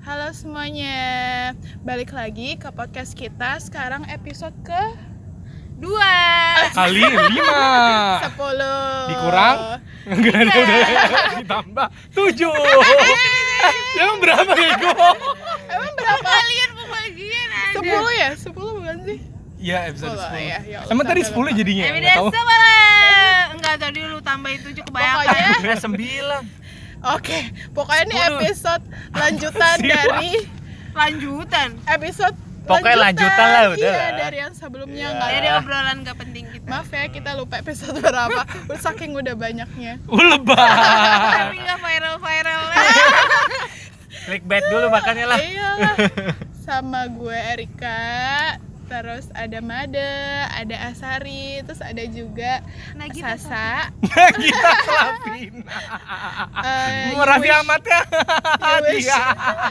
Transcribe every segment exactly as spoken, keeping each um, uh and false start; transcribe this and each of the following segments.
Halo semuanya, balik lagi ke podcast kita. Sekarang episode ke dua kali lima sepuluh dikurang enggak ada udah ditambah tujuh. Emang berapa Ego? Emang berapa? kalian pembagian ada Sepuluh ya? Sepuluh bukan sih? Iya episode Sepuluh, sepuluh. ya, ya, Emang tadi sampai sepuluh lupa. jadinya? evidence Enggak tahu. malah enggak tadi lu tambahin tujuh kebanyakan Pokoknya Udah sembilan. Oke, pokoknya ini Sepuluh. episode lanjutan Siwa. dari lanjutan episode Pokoknya lanjutan lah, udah Iya, lah. dari yang sebelumnya Iya. nggak dari ada. obrolan gak penting kita. Maaf ya, kita lupa episode berapa. Udah saking udah banyaknya. Uh, lebay. Tapi gak viral-viral. Clickbait dulu makanya lah. Iyalah. Sama gue Erika, terus ada Made, ada Asari, terus ada juga Nagita Sasa. Kita Slavina. Eh, Mau Raffi you wish- Ahmad ya? you wish. Dia.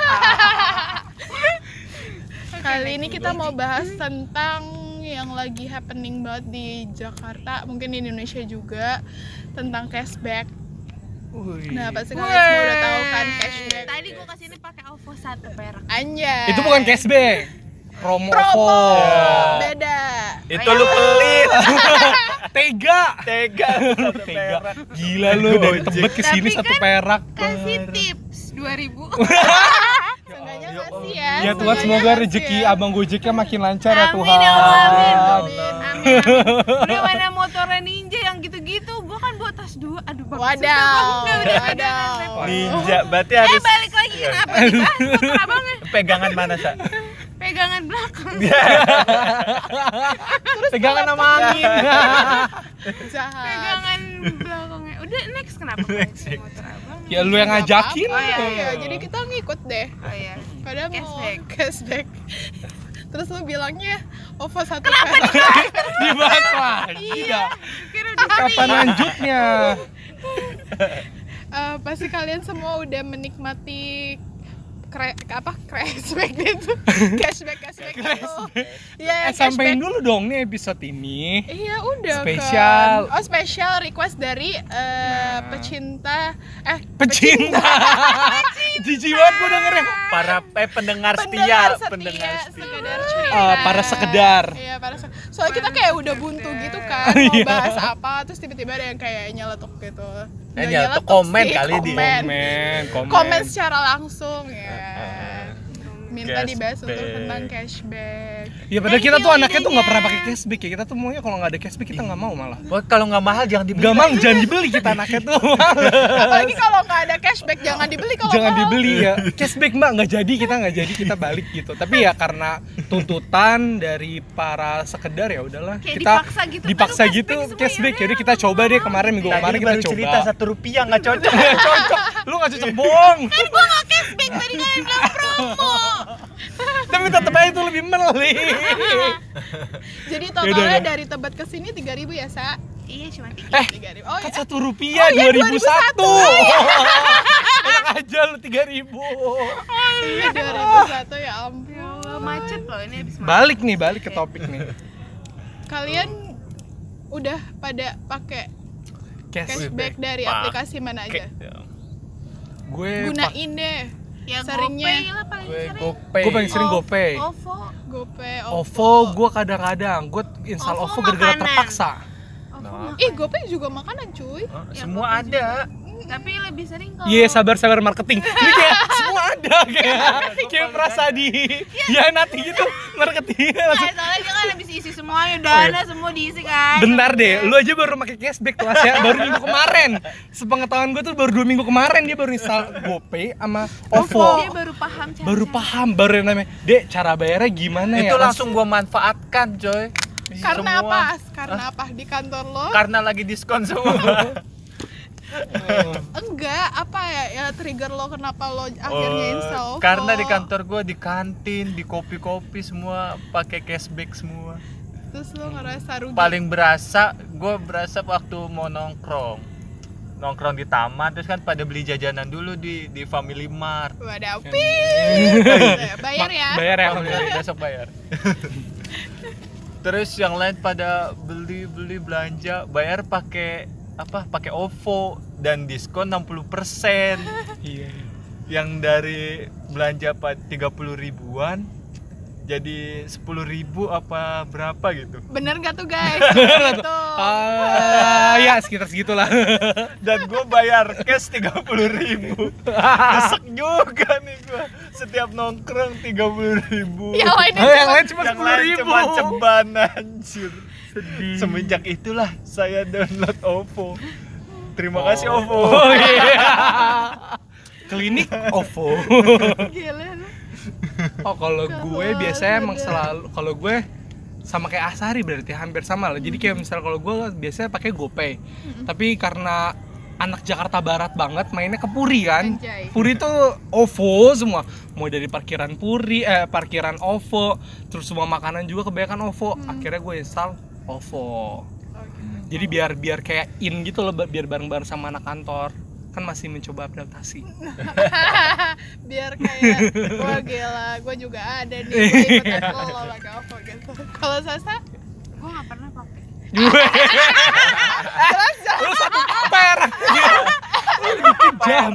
Kali ini kita mau bahas tentang yang lagi happening banget di Jakarta, mungkin di Indonesia juga, tentang cashback. Nah, pasti kalian semua udah tahu kan cashback. Tadi gua kesini pakai OVO satu perak. Anjay. Itu bukan cashback. Promo. promo. OVO. Beda. Itu lu pelit. Tega. Tega. Tega. Gila lu dari Tebet ke sini Tapi satu kan perak. Kasih tips dua ribu. Seenggaknya ngasih ya. Ya Tuhan, seenggaknya semoga ngasih rezeki ya. Abang Gojeknya makin lancar ya Amin, Tuhan. ya Allah, amin. Amin. Amin. Udah mana motornya Ninja yang gitu-gitu, gua kan bawa tas dua. Aduh, bagus. Wadaw. Udah, udah, udah, Wadaw. udah. Ninja, berarti Eh harus balik lagi kenapa dibahas motor abangnya? pegangan mana, Sa? Pegangan belakang. Pegangan sama angin. Jahat. Pegangan belakangnya. Udah next kenapa Next. pakai motor abang? Ya lu yang ngajakin. Oh, iya, Iya, jadi kita ngikut deh. Oh iya. Padahal mau Cashback. cashback. Terus lu bilangnya OVO satu Dibahas lagi dah. Kira udah Kapan lanjutnya? Eh, pasti kalian semua udah menikmati kre, apa cashback itu cashback cashback itu ya Eh, sampein dulu dong nih episode ini. iya udah Spesial. kan. Oh spesial request dari eh, pecinta eh Pecinta. Jijik banget gue dengernya. Para eh, pendengar pendengar setia, setia, pendengar setia. sekedar cerita. Eh, para sekedar. Iya, para se- soalnya kita kayak udah buntu gitu kan, Oh, mau iya. bahas apa, terus tiba-tiba ada yang kayak nyeletuk gitu. Eh, Nggak nyeletuk, nyeletuk komen sih, kali dia. komen. Komen, komen. Komen secara langsung ya. Minta Cashback. dibahas untuk tentang cashback. Ya padahal Thank kita you tuh anaknya tuh idenya. nggak pernah pakai cashback ya. Kita tuh maunya kalau nggak ada cashback kita nggak mau malah. Wah, kalau nggak mahal jangan dibeli. Gak mau, jangan dibeli kita anaknya tuh. Apalagi kalau nggak ada cashback jangan dibeli kalau Jangan mau. dibeli ya. Cashback mbak nggak jadi, kita nggak jadi, kita balik gitu. Tapi ya karena tuntutan dari para sekedar ya udahlah. Kayak Kita dipaksa gitu. dipaksa Aduh, gitu cashback semua, cashback. ya Jadi udah, kita aku coba mau. deh kemarin minggu Tadi kemarin kita baru coba. cerita satu rupiah nggak cocok. Nggak cocok. Lu nggak cocok bohong. Kan gua nggak cashback tadi kalian bilang promo. Tapi tetep aja itu lebih meli. Jadi Yaudah, totalnya yaudah. dari Tebet ke sini tiga ribu ya, Sa? Iya cuma tiga. Eh, tiga ribu. Oh kan iya. satu rupiah Oh, iya, dua ribu satu. dua ribu Enak aja lu tiga ribu. Iya, dua ribu satu ya ampun. Ya Allah, macet loh ini habis macet. Balik nih, balik ke topik nih. Kalian udah pada pakai Cash. cashback dari Pak. aplikasi mana aja? Gue Gunain deh. Ya Seringnya. GoPay lah paling Gue sering. GoPay. Gue paling sering Oh, GoPay. OVO. GoPay, OVO gue kadang-kadang, gue install OVO OVO gara-gara makanan. terpaksa. OVO Nah. mah. Ih, GoPay juga makanan cuy. Oh, Ya, semua GoPay ada. Tapi lebih sering kalau Iya, sabar-sabar marketing. Ini kayak semua ada kayak kayak merasa di ya nanti gitu marketingnya Nah, langsung. soalnya dia kan habis isi semuanya, dana semua diisi kan. Bentar deh, lu aja baru pakai cashback tuh Asya, baru minggu kemarin. Sepengetahuan gue tuh baru dua minggu kemarin dia baru install GoPay sama OVO. Dia baru paham cara. Baru paham, baru yang namanya, Dek, cara bayarnya gimana ya? Itu langsung gua manfaatkan, coy. Karena Semua. apa? Karena apa? Di kantor lo? Karena lagi diskon semua. Enggak, apa ya? Ya trigger lo kenapa lo akhirnya install Oh, OVO? karena di kantor gua di kantin, di kopi-kopi semua pakai cashback semua. Terus lo ngerasa rugi. Paling berasa, gua berasa waktu mau nongkrong. Nongkrong di taman terus kan pada beli jajanan dulu di di Family Mart. Waduh, ping. Bayar ya. Bayar ya. Oh, beli, besok bayar. Terus yang lain pada beli-beli belanja, bayar pakai apa? Pakai OVO dan diskon enam puluh persen. Iya. yang dari belanja tiga puluh ribuan jadi sepuluh ribu apa berapa gitu. Bener nggak tuh guys? Gitu. Ah, ya sekitar segitulah. Dan gue bayar cash tiga puluh ribu. Kesek juga nih gue. Setiap nongkrong tiga puluh ribu. Yang lainnya Oh, yang cuma- lain cuma Yang sepuluh lain ribu. cuma ceban anjir. Sedih. Semenjak itulah saya download OVO. Terima kasih Oh. OVO. Oh iya. Klinik OVO. Gila lu. Oh kalau gue Kalau biasanya ada. emang selalu kalau gue sama kayak Asari berarti hampir sama lah. Jadi kayak misal kalau gue biasanya pakai GoPay. Tapi karena anak Jakarta Barat banget mainnya ke Puri kan. Anjay. Puri tuh OVO semua. Mau dari parkiran Puri, eh parkiran OVO, terus semua makanan juga kebanyakan OVO. Akhirnya gue install OVO. Jadi biar biar kayak in gitu loh, biar bareng-bareng sama anak kantor. Kan masih mencoba adaptasi. Biar kayak wah gila, gue juga ada nih, gue ikutan lo pakai OVO gitu. Kalau Sasa, Gue nggak pernah pakai. Lu satu perak. Lu dikejam.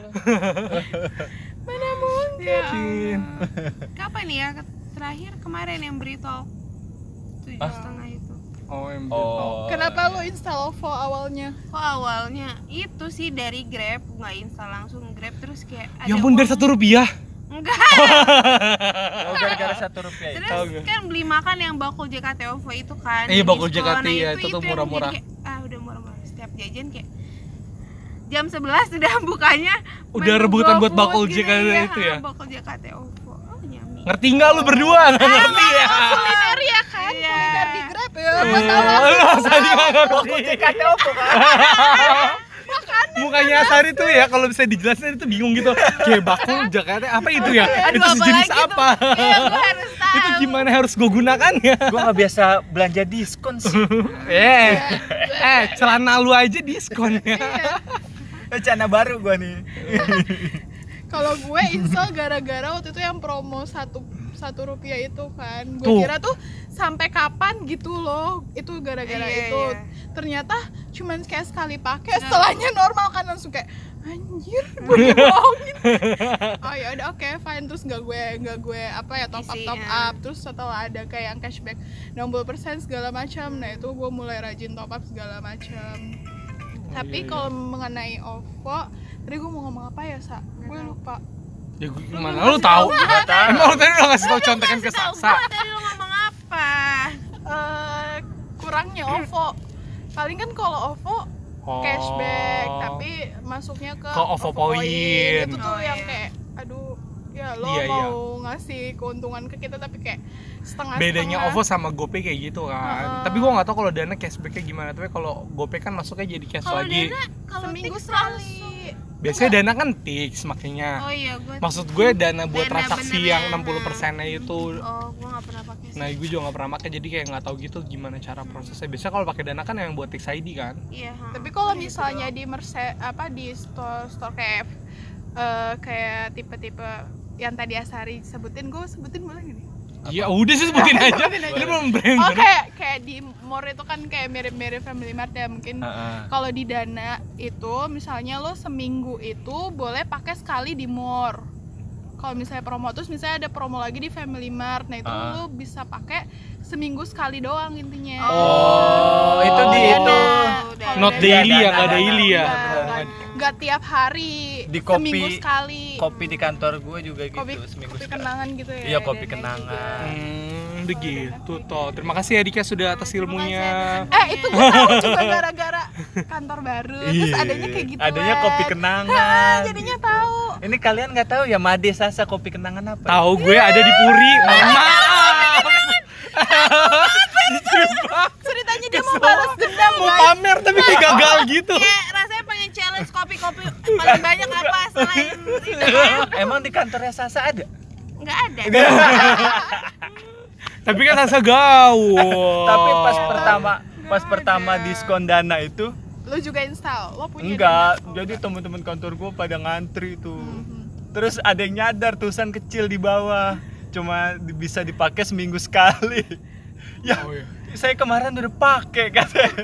mana mungkin? Ya, kapan nih ya terakhir kemarin yang Britol tujuh Ah. setengah itu. Oh, yang Oh. Kenapa lo install OVO awalnya? Kok awalnya itu sih dari Grab, nggak install langsung Grab terus kayak ada Ya ampun dari uang- satu rupiah. enggak. Oh, gara-gara satu rupiah itu. Terus Tahu nggak? kan beli makan yang bakul J K T OVO itu kan. Iya, yang bakul diskon. J K T, Nah, ya, itu tuh yang murah-murah. jadi kayak, ah udah murah-murah. Setiap jajan kayak jam sebelas sudah bukanya Udah menu rebutan buat GoFood bakul gitu, J K T iya, itu ya? bakul J K T OVO. Oh nyami. Ngerti nggak lu berdua? Nggak ngerti ya? Kuliner ya kan? Iya. Kuliner di Grab ya. Oh, Gue tahu langsung. lu Asari nggak ngerti. J K T OVO kan. Mukanya Asari tuh ya kalau bisa dijelasin itu bingung gitu. Kayak bakul Jakarta apa itu ya? Aduh, Itu apa sejenis lagi tuh? apa? Iya, gue harus tahu. Itu gimana harus gue gunakan ya? Gue nggak biasa belanja diskon sih. Eh, eh celana lu aja diskon ya. Rencana baru gue nih. Kalau gue install gara-gara waktu itu yang promo satu satu rupiah itu kan. Gue Tuh. kira tuh sampai kapan gitu loh. Itu gara-gara Iya, itu. iya. Ternyata cuman kayak sekali pakai, setelahnya normal kan langsung kayak anjir, gue dibohongin. Oh ya udah oke fine, terus nggak gue nggak gue apa ya top up Isi, top ya. up, terus setelah ada kayak yang cashback enam puluh persen segala macam, nah itu gue mulai rajin top up segala macam. Tapi iya, iya. kalau mengenai OVO, tadi gue mau ngomong apa ya Sa? Gue lupa. Ya gue gimana lu tahu? Nggak tahu. Emang lu tadi udah ngasih tau contekan ke Tahu Sasa. gua tadi lu ngomong apa? Eh kurangnya OVO. Paling kan kalau OVO Oh. cashback, tapi masuknya ke, Ke OVO Point. Itu tuh Oh, yang iya. kayak aduh, ya lo Iya, iya. mau ngasih keuntungan ke kita tapi kayak setengah Bedanya OVO sama GoPay kayak gitu kan. Heeh. Tapi gua nggak tahu kalau Dana cashbacknya gimana. Tapi kalau GoPay kan masuknya jadi cash Kalau lagi. Dana kalau seminggu Tix sekali. Biasanya Dana kan Tix makanya. Oh iya, gua Maksud gue Dana buat Dana transaksi beneran. yang enam puluh persennya itu. Oh, gua nggak pernah pakai sih. Nah, gue juga nggak pernah pakai jadi kayak nggak tahu gitu gimana cara prosesnya. Biasanya kalau pakai Dana kan yang buat Tix I D kan. Iya, ha. Tapi kalau Gitu misalnya doang. di merse apa di store store kayak eh, kayak tipe-tipe yang tadi Asari sebutin, gue sebutin boleh gak nih? Ya udah sih sebutin aja. Sebutin aja. Ini belum brand. Oh kayak kayak di More itu kan kayak mirip-mirip Family Mart ya mungkin. Heeh. Kalau di Dana itu misalnya lo seminggu itu boleh pakai sekali di More. Kalau misalnya promo, terus misalnya ada promo lagi di Family Mart, nah itu Ah. lo bisa pakai seminggu sekali doang intinya. Oh, itu di Dana. itu. Kalau Not Dana- daily ya, Dana, nggak Dana. daily ya. Nggak, nggak, nggak tiap hari, Di kopi- seminggu sekali. Kopi di kantor gue juga gitu, Kopi, seminggu kopi sekali. kenangan gitu ya. Iya, kopi Dana kenangan. juga. Hmm, begitu toh. Terima kasih ya Dika sudah atas ilmunya. Eh itu gue tahu juga gara-gara kantor baru, terus Iya, adanya kayak gitu. adanya kopi kenangan. Jadinya tahu. Ini kalian nggak tahu ya Made Sasa kopi kenangan apa? Tahu gue ada di Puri. Mama. Ceritanya dia mau balas dendam Mau guys. pamer tapi kayak gagal gitu. Kayak rasanya pengen challenge kopi-kopi paling banyak apa selain itu. Emang di kantornya Sasa ada? Enggak ada. Tapi kan rasa gaul. Tapi pas pertama pas pertama diskon Dana itu Lo juga install, lo punya enggak. Dana? Oh, Jadi enggak. teman-teman kantor gue pada ngantri tuh. Mhm. Terus ada yang nyadar tulisan kecil di bawah. Cuma di- bisa dipakai seminggu sekali. Ya, Oh, iya. saya kemarin udah pakai katanya.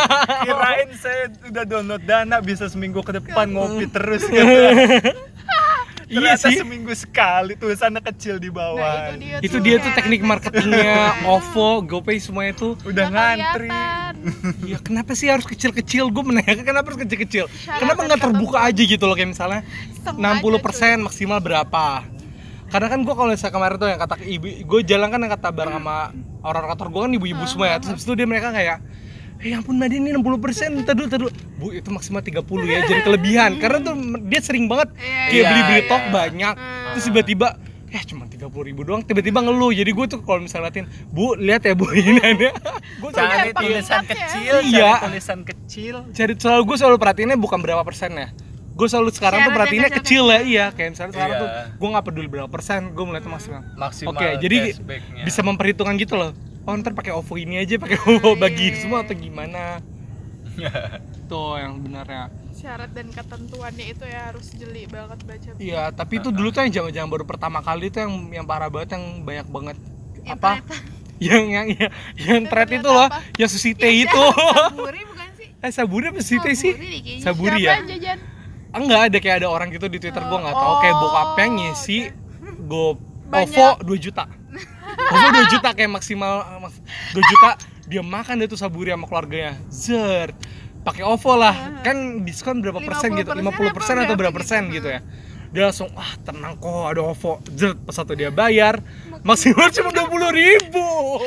Kirain saya udah download Dana bisa seminggu ke depan ngopi terus gitu. Iya Ternyata sih. seminggu sekali tulisannya kecil di bawah. Nah, itu dia Itu tuh. dia tuh teknik marketingnya OVO, GoPay semuanya tuh. Udah Nggak ngantri. kelihatan. Ya kenapa sih harus kecil-kecil? Gue menanyakan kenapa harus kecil-kecil? Syarat Kenapa dan nggak terbuka ketentuan. aja gitu loh, kayak misalnya Iseng enam puluh aja, persen maksimal berapa? Karena kan gue kalau misalnya kemarin tuh yang kata ibu, gue jalan kan yang kata bareng sama orang kantor gue kan ibu-ibu semua ya. Terus habis itu dia mereka kayak, eh ya ampun Mbak Dini enam puluh persen, ntar dulu, ntar dulu. Bu itu maksimal tiga puluh ya, jadi kelebihan. Karena tuh dia sering banget Iya, kayak iya, beli-beli iya. tok banyak. Hmm. Terus tiba-tiba, ya cuma tiga puluh ribu doang, tiba-tiba ngeluh. Jadi gue tuh kalau misalnya liatin, Bu lihat ya Bu ini ada. Gue Cari Iya, tulisan Pak. kecil, Iya. cari tulisan kecil. cari selalu gue selalu perhatiinnya bukan berapa persen ya. Gue selalu sekarang tuh Syaratnya perhatiinnya kecil, kecil ya, iya. Kayak misalnya sekarang Iya. tuh gue nggak peduli berapa persen, gue melihatnya maksimal. Maksimal Oke, jadi cashback-nya. bisa memperhitungkan gitu loh. Oh ntar pakai OVO ini aja, pakai OVO bagi iya. semua atau gimana? Tuh yang benarnya. Syarat dan ketentuannya itu ya harus jeli banget baca. Iya, tapi itu dulu tuh yang jangan-jangan baru pertama kali tuh yang yang parah banget, yang banyak banget Yang apa? ternyata Yang yang yang, yang thread itu ternyata loh, apa? yang Susite itu. Saburi bukan sih? Eh Saburi apa Susite sih? Saburi deh kayaknya. Saburi Siapa ya? yang jajan? Enggak, ada kayak ada orang gitu di Twitter, gua nggak tahu kayak bokapnya ngisi go Banyak. OVO dua juta. OVO dua juta kayak maksimal dua juta, dia makan deh tuh Saburi sama keluarganya. Zert. Pakai OVO lah. Kan diskon berapa persen gitu? lima puluh persen atau berapa persen gitu ya. Dia langsung, ah tenang kok ada OVO. Zert, pas satu dia bayar maksimal cuma dua puluh ribu.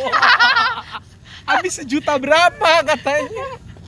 Habis sejuta berapa katanya?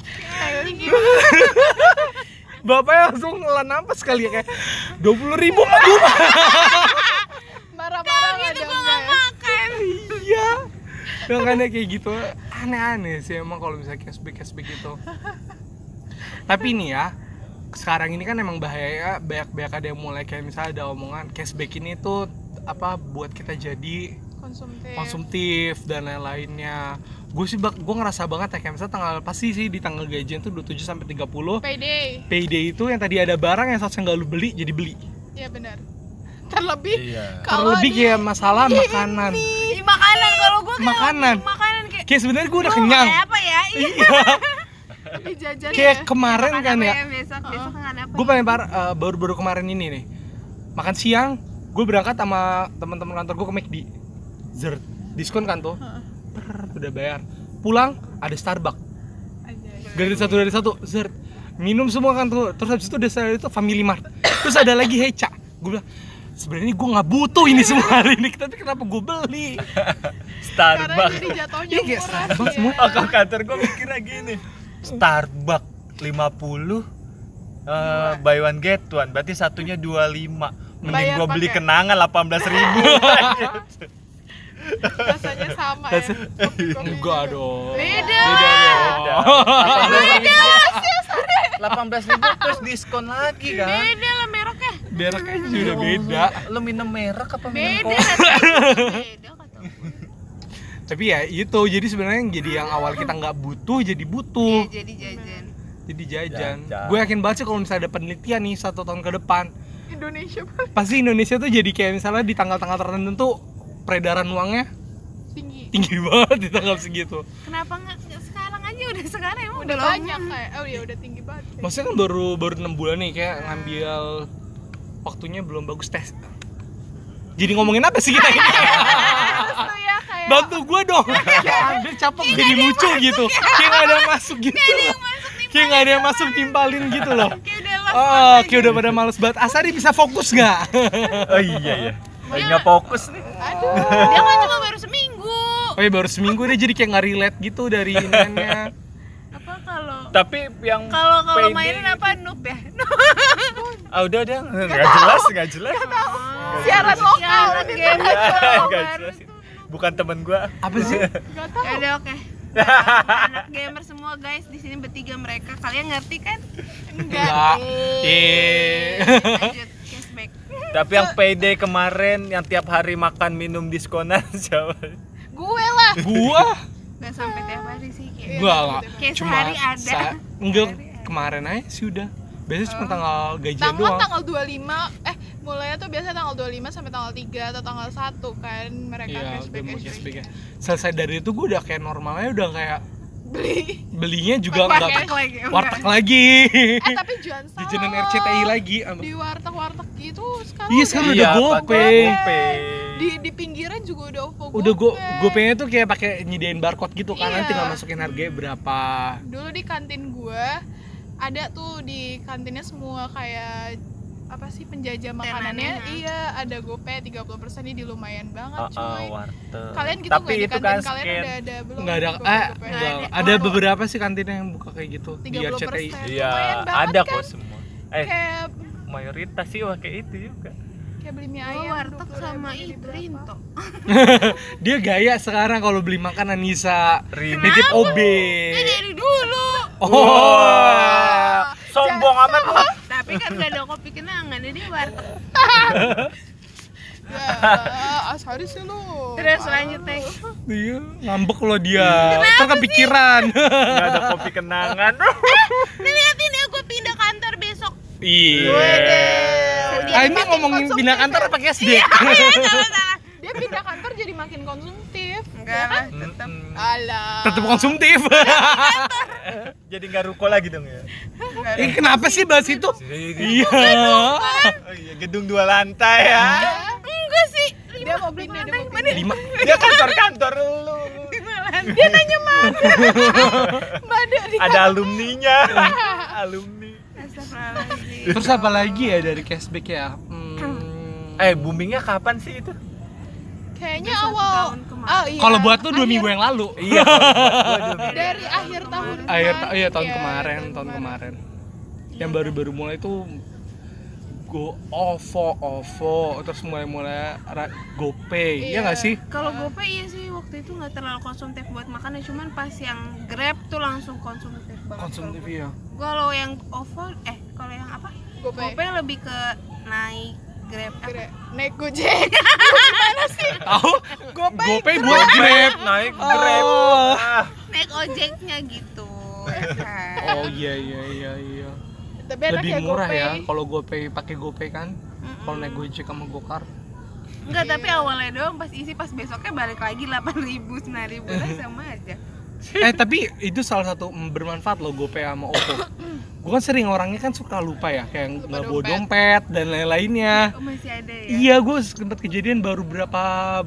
Bapaknya langsung ngelan nafas kali ya, kayak dua puluh ribu mah gue mah. Marah-marah nggak ada enggak ya? Makan. Iya. Makanya kayak gitu aneh-aneh sih emang kalau misalnya cashback cashback gitu. Tapi ini ya, sekarang ini kan emang bahaya, banyak-banyak ada yang mulai kayak misalnya ada omongan cashback ini tuh apa buat kita jadi Konsumtif. konsumtif dan lain-lainnya. Gue sih bak, gue ngerasa banget ya kayak misalnya tanggal pasti sih di tanggal gajian tuh dua puluh tujuh sampai tiga puluh. Payday. Payday itu yang tadi ada barang yang seharusnya nggak lu beli jadi beli. Iya benar. Terlebih Iya. kalau Terlebih di- kayak masalah makanan. Ih, makanan kalau gue kayak Makanan. makanan kayak Kayak sebenarnya gue udah "Duh, kenyang. kayak apa ya? Iya. di jajan Kayak ya. kemarin Makan kan apa ya. besok besok makan apa? Gue paling par eh, baru-baru kemarin ini nih. Makan siang, gue berangkat sama teman-teman kantor gue ke McD. Zert, diskon kan tuh. Per, udah bayar. Pulang ada Starbucks. Aja. Dari satu dari satu, zert. Minum semua kan tuh. Terus habis itu udah saya itu Family Mart. Terus ada lagi Heca. Gue bilang, sebenarnya gue nggak butuh ini semua hari ini, tapi kenapa gue beli? Karena Starbucks. jadi jatuhnya Iya, kayak murah Starbucks sih semua. ya. Oh, ke kantor gue mikirnya gini. Starbucks lima puluh eh, buy one get one, berarti satunya dua puluh lima. Mending Bayar gue beli pakai- kenangan delapan belas ribu. Rasanya sama ya. Rasa- Kopi-kopi Enggak juga. dong. Beda. Beda dong. delapan belas ribu terus diskon lagi kan? Beda lah mereknya. Beraknya sudah beda. Lu minum merek apa minum Beda kopi? rasanya. Beda kata gue. Tapi ya itu, jadi sebenarnya yang jadi yang awal kita nggak butuh jadi Iya, butuh. jadi jajan. Jadi jajan. Jajan. Gue yakin banget sih kalau misalnya ada penelitian nih satu tahun ke depan, Indonesia paling pasti Indonesia tuh jadi kayak misalnya di tanggal-tanggal tertentu tuh peredaran uangnya tinggi. tinggi banget di tanggal segitu. Kenapa nggak nggak sekarang aja udah sekarang emang Udah belum? banyak kayak. Oh iya udah tinggi banget. sih. Maksudnya kan baru baru enam bulan nih kayak ngambil waktunya belum bagus tes. Jadi ngomongin apa sih kita ini? Terus tuh ya kayak Bantu gue dong. Kayak ambil capek jadi lucu gitu. Kayak nggak ada yang masuk gitu loh. Kayak nggak ada yang masuk timpalin gitu loh. Kayak udah lost Oh, kayak udah pada males banget. Asari bisa fokus nggak? Oh iya ya. Lagi nggak fokus nih. aduh. Dia kan cuma baru seminggu. Oh ya baru seminggu dia jadi kayak nggak relate gitu dari iniannya. Apa kalau Tapi yang kalau kalau payday- mainin apa noob ya? Ah udah udah nggak jelas nggak jelas. Siaran lokal Siaran nih. game Nggak jelas. Bukan temen gua. Apa sih? Gak tahu. Ya udah oke. Anak gamer semua guys di sini bertiga mereka. Kalian ngerti kan? Enggak. Eh. Lanjut cashback. Tapi yang payday kemarin yang tiap hari makan minum diskonan siapa? Gue lah. Gua Gak sampai tiap hari sih kayak. gua lah. Kayak Cuma sehari ada. sa- enggak kemarin aja sih udah. Biasanya cuma tanggal gajian Tanggal doang. tanggal dua puluh lima eh mulainya tuh biasanya tanggal dua puluh lima sampai tanggal tiga atau tanggal satu kan mereka Iya, cashback udah mau cashback. cashback ya. Selesai dari itu gue udah kayak normalnya udah kayak beli. Belinya juga Warteg nggak lagi, enggak. warteg lagi. Eh tapi jangan salah. Jajanan R C T I lagi. Di warteg-warteg gitu sekarang Iya, udah sekarang Iya, udah pakai GoPay. GoPay. di di pinggiran juga udah OVO Udah go GoPay. GoPay-nya tuh kayak pakai nyediain barcode gitu kan, Iya. nanti tinggal masukin harganya berapa. Dulu di kantin gua ada tuh di kantinnya semua kayak apa sih penjajah makanannya. Tenannya. Iya, ada GoPay tiga puluh persen ini lumayan banget Ah, ah, cuy. warteg. Kalian gitu Tapi nggak di itu kantin kan kalian scan. udah ada belum? Enggak ada GoPay, eh GoPay? enggak. Nggak ada. Ada Kalau- beberapa sih kantin yang buka kayak gitu di tiga R puluh C T I. persen. Iya, Lumayan banget ada kan? kok semua. Eh, Kayak mayoritas sih pakai itu juga. kayak beli mie Oh, ayam warteg dua puluh sama ribu jadi itu berapa? Rinto. Dia gaya sekarang kalau beli makanan Nisa Rin. nitip O B. Dari dulu. Oh. Sombong amat lo. Tapi kan gak ada kopi kenangan jadi warteg. Ya, Asari sih lu. Terus lanjut Tek. Iya, ngambek loh dia. Ntar kepikiran. Enggak ada kopi kenangan. Nih liatin ya gue pindah kantor besok. Iya. Waduh. Ah, ini Makin ngomongin konsumtif pindah kantor ya? apa cash Iya, back? salah-salah. Dia pindah kantor jadi makin konsumtif. Enggak lah, tetap. Mm-mm. Alah. Tetap konsumtif. Jadi nggak ruko lagi dong ya. Eh, kenapa sih bahas itu? Iya. Oh iya, gedung dua lantai ya. Enggak sih. Dia mau pindah, dia mau pindah. Lima. Dia kantor-kantor lu. Dia nanya mana? Mana di Ada alumninya. Alumni. Astagfirullahaladzim. Terus apa lagi ya dari cashback ya? Hmm. Eh, boomingnya kapan sih itu? kayaknya Udah satu awal. tahun kemarin. Oh iya. Kalau buat tuh dua Akhir- minggu yang lalu. Iya. Waduh. dari akhir tahun Akhir kemarin. iya tahun Iya, kemarin, tahun kemarin. Yang baru-baru mulai tuh Go OVO, OVO, terus mulai-mulai ra- GoPay, Iya. ya nggak sih? Kalau GoPay iya sih waktu itu nggak terlalu konsumtif buat makan, cuman pas yang Grab tuh langsung konsumtif banget. Konsumtif ya. Kalau yang OVO eh kalau yang apa? GoPay. GoPay lebih ke naik Grab. apa? Grab. Naik Gojek. Tahu? GoPay. GoPay buat Grab. Naik Grab. Oh. Ah, Naik ojeknya gitu. ya kan? Oh iya iya iya iya. Tapi enak Lebih ya murah GoPay. ya kalau GoPay pakai GoPay kan. Mm-mm. Kalau naik Gojek sama Gokar. Enggak, tapi awalnya doang pas isi pas besoknya balik lagi delapan ribu, sembilan ribu lah sama aja. Eh tapi itu salah satu mm, bermanfaat loh GoPay sama OVO. Gue kan sering orangnya kan suka lupa ya, kayak Lupa nggak bawa dompet. dompet dan lain-lainnya. Oh, masih ada ya? Iya, gue sempat kejadian baru berapa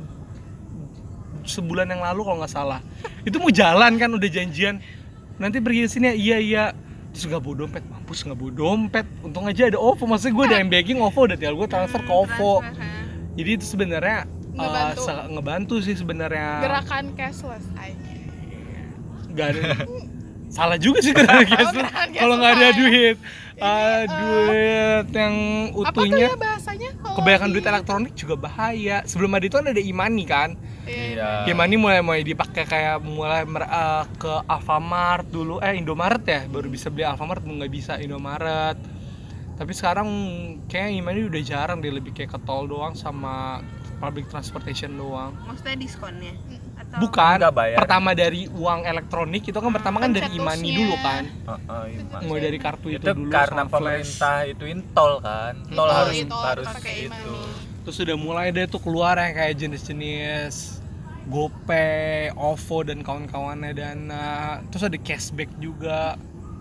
sebulan yang lalu kalau nggak salah. Itu mau jalan kan udah janjian. Nanti pergi ke sini ya, iya iya. Terus nggak bawa dompet, mampus nggak bawa dompet. Untung aja ada OVO, maksudnya gue udah M-Banking OVO udah tinggal gue transfer ke OVO. Transfer, ha. Jadi itu sebenarnya uh, Ngebantu. sa- ngebantu sih sebenarnya. Gerakan cashless aja. Gak ada. Salah juga sih gerakan cashless gerakan kalau nggak ada cashless. duit. Ini, Ah, eh, duit yang Apa tuh utuhnya. ya bahasanya? kalau Kebanyakan di- duit elektronik juga bahaya. Sebelum ada itu kan ada e-money kan. Iya. Iya. E-money mulai mulai dipakai kayak mulai mer- eh, ke Alfamart dulu, eh Indomaret ya, baru bisa beli Alfamart, nggak bisa Indomaret. Tapi sekarang kayak e-money udah jarang, dia lebih kayak ke tol doang sama public transportation doang. Maksudnya diskonnya? Atau Bukan, Nggak bayar. pertama dari uang elektronik itu kan pertama kan dari e-money Pencetusnya. dulu kan. Heeh, iya. Mulai dari kartu itu, Itu dulu karena sama flash. pemerintah ituin tol kan. Tol Oh, harus itu, harus pakai itu. e-money. Terus udah mulai deh tuh keluar yang kayak jenis-jenis GoPay, OVO dan kawan-kawannya, Dana. Terus ada cashback juga.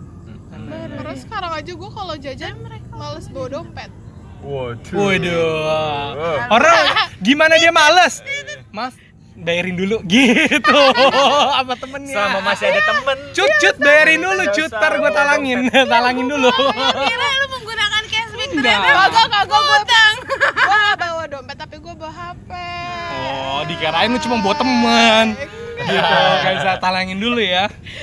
Terus sekarang aja gue kalau jajan males bawa dompet. Waduh. Waduh. Wow. Orang gimana dia males? Mas, bayarin dulu gitu. Apa temennya? Selama masih ada temen. Cut, cut, bayarin dulu, Nggak cut, usah ntar gue bawa talangin, talangin dulu. kira lu menggunakan cashback Enggak. ternyata Kagak kagak gue utang. gue gak bawa dompet tapi gue bawa H P. Oh, dikirain lu cuma bawa temen. Gitu, kayak bisa talangin dulu ya.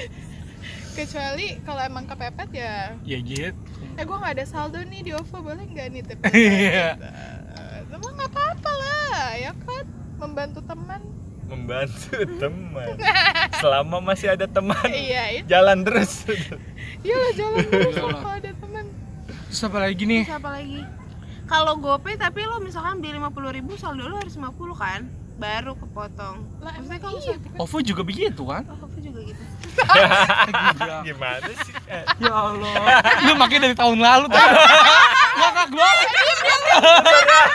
Kecuali kalau emang kepepet ya. Ya gitu. Eh gue nggak ada saldo nih di OVO, boleh nggak nitip? Iya. Emang nggak apa-apa lah, ya kan? Membantu teman. Membantu teman. Selama masih ada teman. Iya, itu. Jalan terus. Iya lah jalan terus Iyalah. kalau ada teman. Terus apa lagi nih? Terus apa lagi? Kalau GoPay tapi lo misalkan beli lima puluh ribu, saldo lo harus lima puluh kan? Baru kepotong. Lah Maksudnya emang kalau iya. satu OVO juga begitu kan? oh, GoPay juga gitu. Gila. Gimana sih? Eh, Ya Allah. Lu makanya dari tahun lalu tuh. Ngakak banget.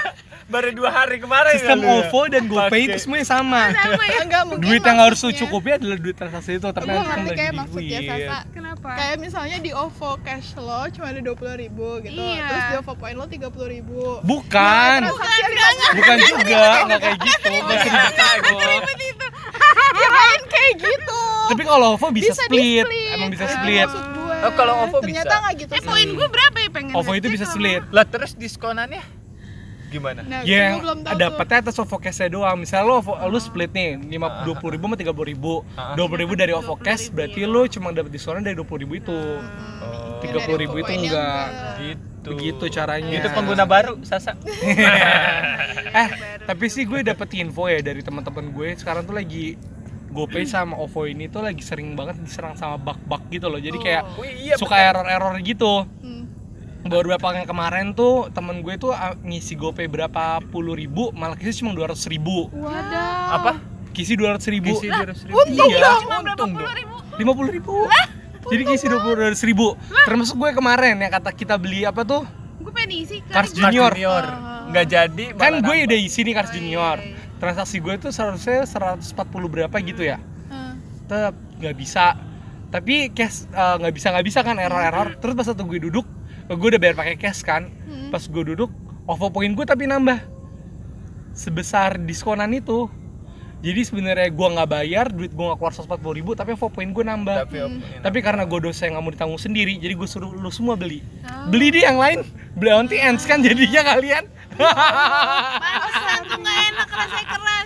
baru dua hari kemarin. Sistem kali ya. OVO dan GoPay Pakai. itu semuanya sama. Enggak mungkin. Duit yang harus lu maksudnya- cukupi adalah duit transaksi itu, tapi Gue nanti kan ngerti lagi kayak di maksudnya duit. Sasa. Kenapa? Kayak misalnya di OVO cash lo cuma ada dua puluh ribu gitu. Iya. Terus di OVO point lo tiga puluh ribu. Bukan, Transaksi yang lima bukan juga, nggak kayak gitu. Nggak itu. kirain kayak gitu. Tapi kalau OVO bisa, Bisa split. di-split. Emang bisa Nah, split. maksud gue. Oh, kalau OVO Ternyata bisa. nggak gitu Eh sih. poin gue berapa ya pengen OVO itu ngecek bisa sama- split. Lah terus diskonannya gimana? Nah, Ya, gue belum tahu tuh. dapetnya atas OVO cash-nya doang. Misalnya lo OVO, lu split nih, dua puluh ribu sama tiga puluh ribu. Ah. dua puluh ribu dari OVO cash, berarti lu cuma dapet diskonnya dari dua puluh ribu itu. Oh, tiga puluh ribu itu Poinnya enggak. gitu. Begitu caranya. Itu pengguna baru, Sasa. eh, tapi sih gue dapet info ya dari teman-teman gue sekarang tuh lagi GoPay sama OVO ini tuh lagi sering banget diserang sama bug-bug gitu loh. Jadi kayak Oh, iya, suka error-error gitu. Hmm. Baru beberapa yang kemarin tuh temen gue tuh ah, ngisi GoPay berapa puluh ribu, malah kisi cuma dua ratus ribu. Wadaw. Apa? Kisi dua ratus ribu. Kisi dua ratus ribu. Untung Iya. dong. Cuma berapa Untung puluh dong. ribu? lima puluh ribu. Jadi kisi dua puluh ribu. Termasuk gue kemarin yang kata kita beli apa tuh? Gue pengen isi kan. Cars Cars Junior. Junior. Nggak jadi. Kan malah gue nambah. udah isi nih Cars Oh, iya, Junior. iya, iya. Transaksi gue tuh seharusnya seratus empat puluh berapa gitu ya. Hah. Tetep nggak bisa. Tapi cash eh, nggak bisa nggak bisa kan error-error. Terus pas waktu gue duduk, gue udah bayar pakai cash kan. Hmm. Pas gue duduk, OVO poin gue tapi nambah sebesar diskonan itu. Jadi sebenarnya gue nggak bayar, duit gue nggak keluar seratus empat puluh ribu, tapi OVO poin gue nambah. Tapi, Hmm. Tapi karena gue dosa yang nggak mau ditanggung sendiri, jadi gue suruh lu semua beli. Oh. Beli deh yang lain, beli on the ends kan jadinya kalian. Pantesan tuh nggak enak rasanya keras.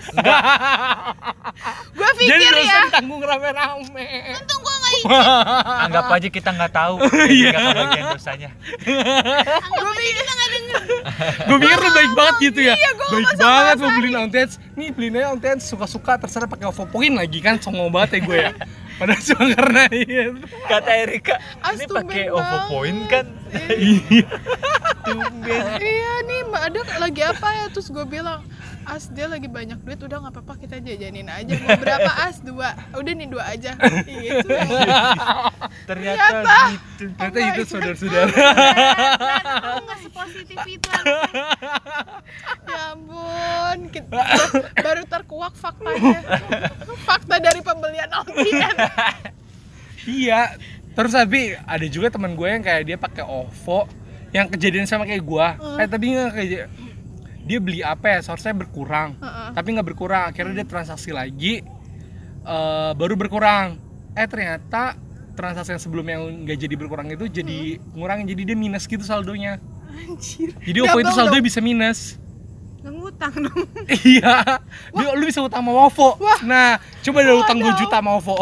Gue Jadi pikir dosa ya. ditanggung rame-rame. Untung gue nggak izin. anggap aja kita nggak tahu. Iya. Jadi nggak kebagian dosanya. Anggap aja kita nggak denger. Gue pikir lu baik banget gitu ya. Iya, gua Baik masa banget mau beliin on the ends. Nih beliin aja on the ends suka-suka terserah pakai OVO poin lagi kan, songong banget ya gue ya. Padahal cuma karena itu. Kata Erika, As, ini tumben pakai OVO banget. Point kan? Iya. Tumben. Iya nih Mbak Ada lagi apa ya, terus gue bilang As dia lagi banyak duit, udah nggak apa-apa kita jajanin aja. Mau berapa As? Dua. Udah nih dua aja. Gitu. Ternyata gitu. Ternyata itu saudara-saudara. Aku nggak sepositif itu. Ya ampun, kita baru terkuak faktanya. Fakta dari pembelian online. Iya. Terus tapi ada juga teman gue yang kayak dia pakai OVO yang kejadian sama kayak gue. Hmm. Eh tapi nggak kayak dia beli apa ya, seharusnya berkurang. Heeh. Tapi nggak berkurang. Akhirnya dia transaksi lagi eh, baru berkurang. Eh ternyata transaksi yang sebelumnya yang nggak jadi berkurang itu jadi ngurangin, jadi dia minus gitu saldonya. Anjir. Jadi OVO itu Double saldonya dong. bisa minus. Nggak ngutang dong. Iya, dia, lu bisa utang sama OVO. Wah. Nah, coba ada utang dua Waduh. juta sama OVO.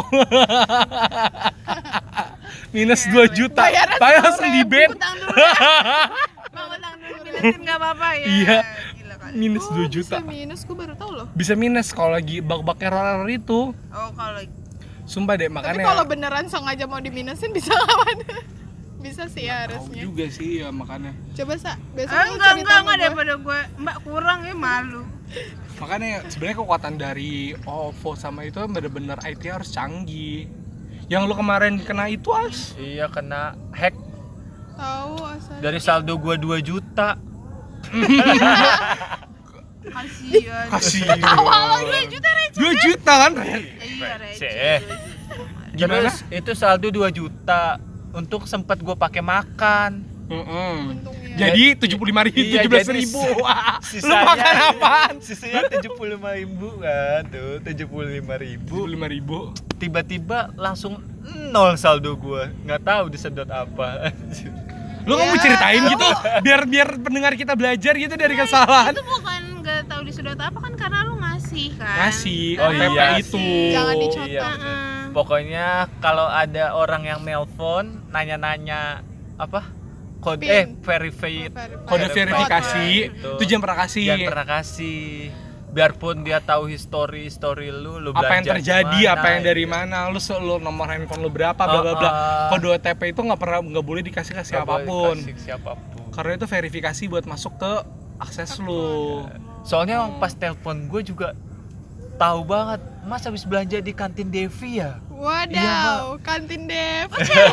Minus dua juta. Bayarnya Bayar sepuluh langsung di ribu. band. Utang dulu. ya. Bang utang dulu minusin nggak apa-apa ya. Iya. Gila kali. Minus dua Oh, juta. bisa minus, gue baru tahu loh. Bisa minus kalau lagi bug-bug error itu. Oh kalau Sumpah deh, Tapi makanya kalau beneran sengaja mau diminusin bisa nggak? Bisa sih ya tahu harusnya. juga sih ya makanya. Coba Sa, besok ah, lu enggak cerita enggak sama enggak gue. daripada gue Mbak kurang ya malu. Makanya sebenarnya kekuatan dari OVO sama itu bener-bener I T harus canggih. Yang lu kemarin kena itu As. Iya, kena hack. Tahu asal. Dari saldo gua dua juta. Kasihan. Kasih. dua juta receh. dua juta kan? Iya Receh. receh. Gimana? Terus itu saldo dua juta untuk sempat gua pakai makan. Heeh. Untungnya. Jadi tujuh puluh lima ribu, Iya, tujuh belas jadi ribu. si- Wah, lu sisanya- makan apaan? Sisanya tujuh puluh lima ribu kan tuh, tujuh puluh lima tujuh ribu. puluh lima ribu. Tiba-tiba langsung nol saldo gua. Nggak tahu disedot apa. Lu nggak mau Ya, ceritain gitu? Biar biar pendengar kita belajar gitu dari kesalahan. Itu bukan nggak tahu disudut apa kan karena lu ngasih kan. Ngasih, Oh O T P iya itu. sih. Jangan dicontoh. Iya, bener. Heeh. Pokoknya kalau ada orang yang nelpon nanya-nanya apa? Kode Pin. eh verify Verify. Kode verifikasi Gitu. itu jangan pernah kasih. Jangan pernah kasih. Biarpun dia tahu history history lu, lu Apa yang belanja terjadi, di mana, apa yang dari gitu. mana, lu selalu nomor handphone lu berapa, bla bla bla. Uh-uh. Kode O T P itu nggak pernah nggak boleh dikasih ke Nggak boleh siapapun. kasih ke siapapun. Karena itu verifikasi buat masuk ke akses lu. Soalnya pas telepon gue juga tahu banget, Mas habis belanja di kantin Devi ya? Wadaw, Iya, kantin Dev. Apa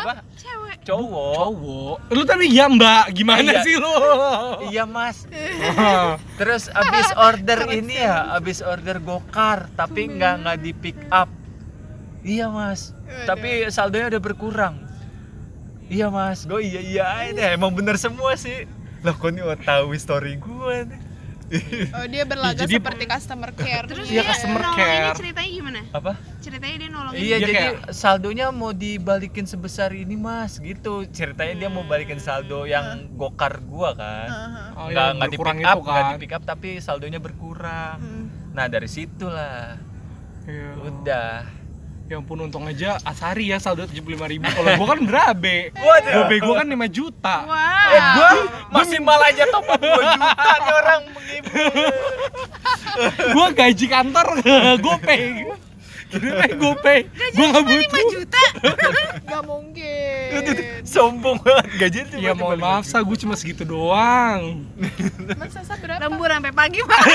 Apa? Cewek. Cowok. Cowok. Lu tadi ya mbak, gimana Iya. sih lu? Iya mas. Terus abis order ini ya, abis order gokar, tapi nggak nggak di pick up. Iya mas. Tapi saldonya udah berkurang. Iya mas. Gue iya iya aja. Emang bener semua sih. Lah kok nih mau tahu story gue nih. Oh, dia berlaga Jadi- seperti customer care. Terus Iya, dia customer nolonginnya care. ceritanya gimana? Apa? Ceritanya dia nolongin. Iya Dia jadi kayak- saldonya mau dibalikin sebesar ini mas gitu. Ceritanya dia mau balikin saldo yang gokar gua kan. Oh, Nggak yang nggak di berkurang pick up, itu nggak kan. di pick up tapi saldonya berkurang. Hmm. Nah dari situlah Iya. udah. Ya ampun, untung aja Asari ya saldo tujuh puluh lima ribu. Kalau gua kan berabe. Waduh. Gope gua kan lima juta. Wow. Eh, gua maksimal aja top up dua juta nih orang menghibur. Gua gaji kantor Gope. Gimana Gope? Gua enggak lima butuh. juta. Gak mungkin. Sombong banget gaji itu. Ya mohon maaf, sa gua cuma segitu doang. Mas Sasa berapa? Lembur sampai pagi, Pak.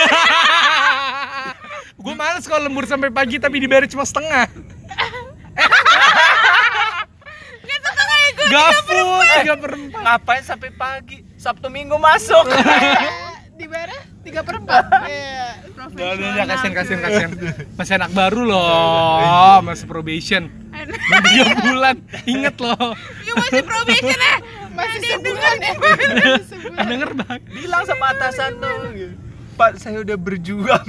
Gua males kalau lembur sampai pagi tapi dibayar cuma setengah. Gak full, tiga per empat. Ngapain sampai pagi? Sabtu Minggu masuk. Dibayarnya tiga per empat. Iya. Udah, udah, udah, kasihan, kasihan, kasihan. Masih anak baru loh, masih probation. Belum tiga bulan, inget loh. Yuk masih probation ya. Masih sebulan ya. Masih sebulan. Denger bang. Bilang sama atasan tuh. Pak, saya udah berjuang.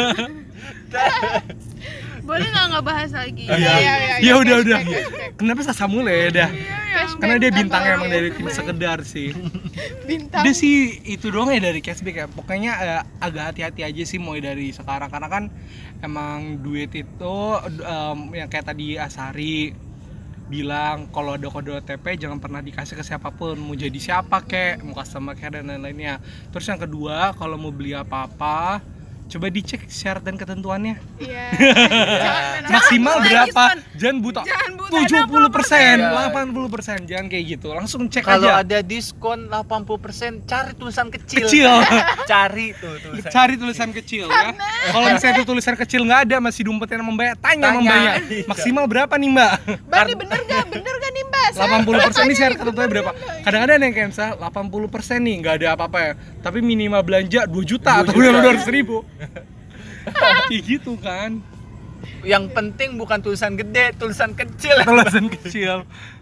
Boleh nggak nggak bahas lagi? Iya, iya, iya. Ya udah, udah. Cashback, cashback. Kenapa Sasa mulai dah? Cashback Karena dia apa bintangnya emang ya? dari tim sekedar sih. Bintang. Udah sih itu doang ya dari cashback ya. Pokoknya eh, agak hati-hati aja sih mulai dari sekarang karena kan emang duit itu em, yang kayak tadi Asari bilang kalau ada kode O T P jangan pernah dikasih ke siapapun, mau jadi siapa kek, mau customer care dan lain-lainnya. Terus yang kedua kalau mau beli apa-apa coba dicek syarat dan ketentuannya. Iya. Jangan main- Maksimal buta berapa? diskon. Jangan buta. Jangan buta tujuh puluh persen, Iya. delapan puluh persen, jangan kayak gitu. Langsung cek Kalau aja. ada diskon delapan puluh persen, cari tulisan kecil. Kecil. Cari tuh tulisan. Cari tulisan kecil ya. Kalau misalnya itu tulisan kecil nggak ada, masih diumpetin sama mbaknya, tanya sama Tanya. mbaknya. Iya. Maksimal berapa nih mbak? Mbak, ini bener gak? Bener gak nih Mbak? Saya delapan puluh persen nih tanya syarat nih, ketentuannya berapa? Kadang-kadang ada yang kayak misalnya delapan puluh persen nih nggak ada apa-apa ya, tapi minimal belanja dua juta atau dua ratus ribu. Kayak gitu kan. Yang penting bukan tulisan gede, tulisan kecil. Tulisan kecil.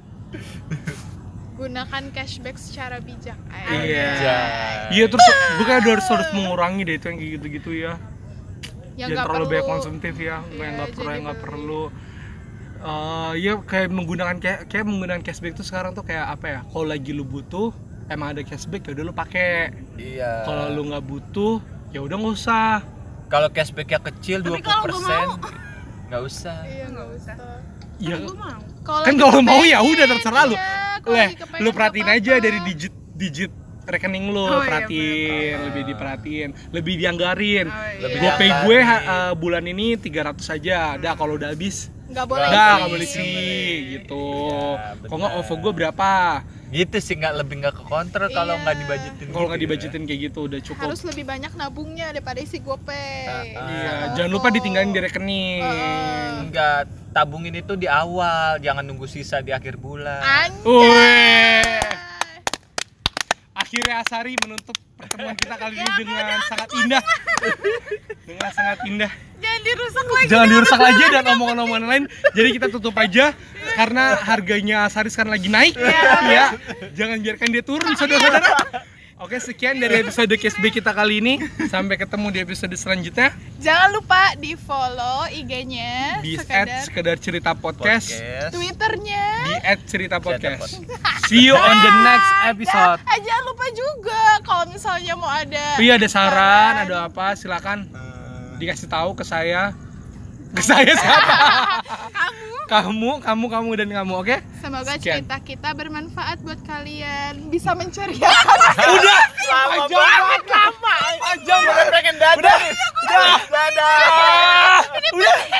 Gunakan cashback secara bijak. Iya. Ya. Iya terus gue kayak harus harus mengurangi deh itu yang kayak gitu-gitu ya. Yang Jangan nggak terlalu perlu. banyak konsumtif ya, Iya, yang nggak perlu, jadi yang nggak beli. perlu. Eh ya kayak menggunakan kayak, kayak menggunakan cashback tuh sekarang tuh kayak apa ya? Kalau lagi lu butuh, emang ada cashback ya udah lu pakai. Iya. Kalau lu nggak butuh, ya udah nggak usah. Kalau cashbacknya kecil dua Tapi kalau puluh gua persen, mau. nggak usah. Iya, nggak usah. Ya Gue mau. kan kalau mau ya udah terserah lu. Iya, kalau Leh, lagi kepengen lu perhatiin nggak aja apa-apa. dari digit digit rekening lu, Oh, iya, perhatiin, lebih diperhatiin, lebih dianggarin. Oh, iya. Lebih GoPay dianggarin. gue ha- eh, bulan ini tiga ratus aja. Dah kalau udah habis Nggak boleh Enggak, isi. nggak boleh sih gitu. Iya, Kalau nggak benar. OVO gue berapa? Gitu sih, nggak lebih nggak kekontrol kalau Iya. nggak dibajetin. Kalau nggak gitu ya. dibajetin kayak gitu udah cukup. Harus lebih banyak nabungnya daripada isi GoPay. Ah, ah. Iya, Sama jangan OVO. lupa ditinggalin di rekening. Heeh. Enggak, tabungin itu di awal, jangan nunggu sisa di akhir bulan. Anjay. Wih. Akhirnya Asari menutup pertemuan kita kali ini dengan sangat indah. Dengan sangat indah. Jangan dirusak lagi. Jangan dirusak lagi dan omongan-omongan lain. Jadi kita tutup aja karena harganya Asari sekarang lagi naik. Ya. Jangan biarkan dia turun, saudara-saudara. Oke, sekian dari episode Cashback kita kali ini. Sampai ketemu di episode selanjutnya Jangan lupa di follow I G-nya di sekedar at sekedar cerita podcast, Podcast. Twitternya. di at cerita podcast. Podcast. See you on the next episode. Ah, jangan lupa juga kalau misalnya mau ada. Oh iya, ada saran, ada apa? Silakan Eh, dikasih tahu ke saya. Ke saya siapa? Kamu, kamu, kamu dan kamu, oke? Semoga Sekian. cerita kita bermanfaat buat kalian, bisa menceriakan. Udah, Lama panjang banget, lama, panjang banget. pengen dadah. Udah, dadah. Udah.